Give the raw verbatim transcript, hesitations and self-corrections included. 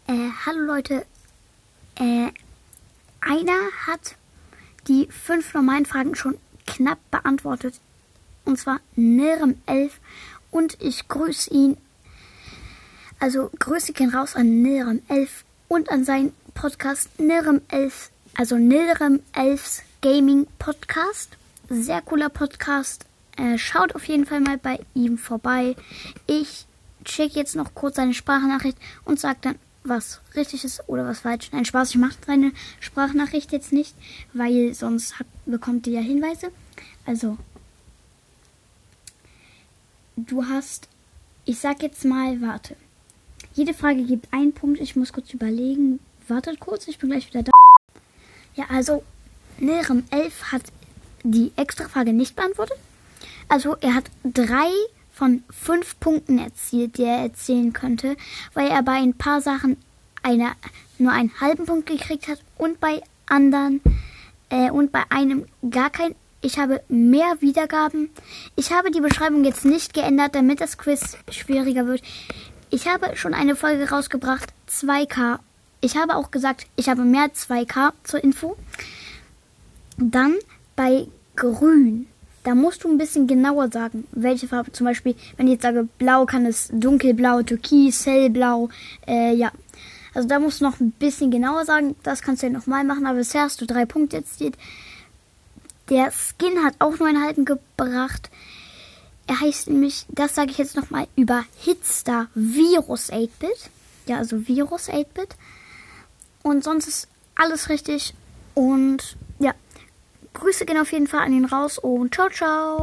Äh, hallo Leute. Äh, einer hat die fünf normalen Fragen schon knapp beantwortet. Und zwar Nerem elf. Und ich grüße ihn. Also Grüße gehen raus an Nerem elf und an seinen Podcast Nerem elf. Also Nerem elfs Gaming Podcast. Sehr cooler Podcast. Äh, schaut auf jeden Fall mal bei ihm vorbei. Ich check jetzt noch kurz seine Sprachnachricht und sage dann, was richtig ist oder was falsch. Nein, Spaß, ich mache seine Sprachnachricht jetzt nicht, weil sonst hat, bekommt ihr ja Hinweise. Also, du hast, ich sag jetzt mal, warte. Jede Frage gibt einen Punkt, ich muss kurz überlegen. Wartet kurz, ich bin gleich wieder da. Ja, also, Nerem elf hat die extra Frage nicht beantwortet. Also, er hat drei von fünf Punkten erzielt, die er erzählen könnte, weil er bei ein paar Sachen eine, nur einen halben Punkt gekriegt hat und bei anderen äh, und bei einem gar keinen. Ich habe mehr Wiedergaben. Ich habe die Beschreibung jetzt nicht geändert, damit das Quiz schwieriger wird. Ich habe schon eine Folge rausgebracht, zwei K. Ich habe auch gesagt, ich habe mehr als zwei K zur Info. Dann bei Grün. Da musst du ein bisschen genauer sagen, welche Farbe. Zum Beispiel, wenn ich jetzt sage blau, kann es dunkelblau, türkis, hellblau. Äh, ja. Also da musst du noch ein bisschen genauer sagen. Das kannst du ja nochmal machen. Aber bisher hast du drei Punkte erzielt. Der Skin hat auch nur einen halben gebracht. Er heißt nämlich, das sage ich jetzt nochmal, über Hitstar Virus acht-Bit. Ja, also Virus acht-Bit. Und sonst ist alles richtig. Und ja. Grüße gehen auf jeden Fall an ihn raus und ciao, ciao.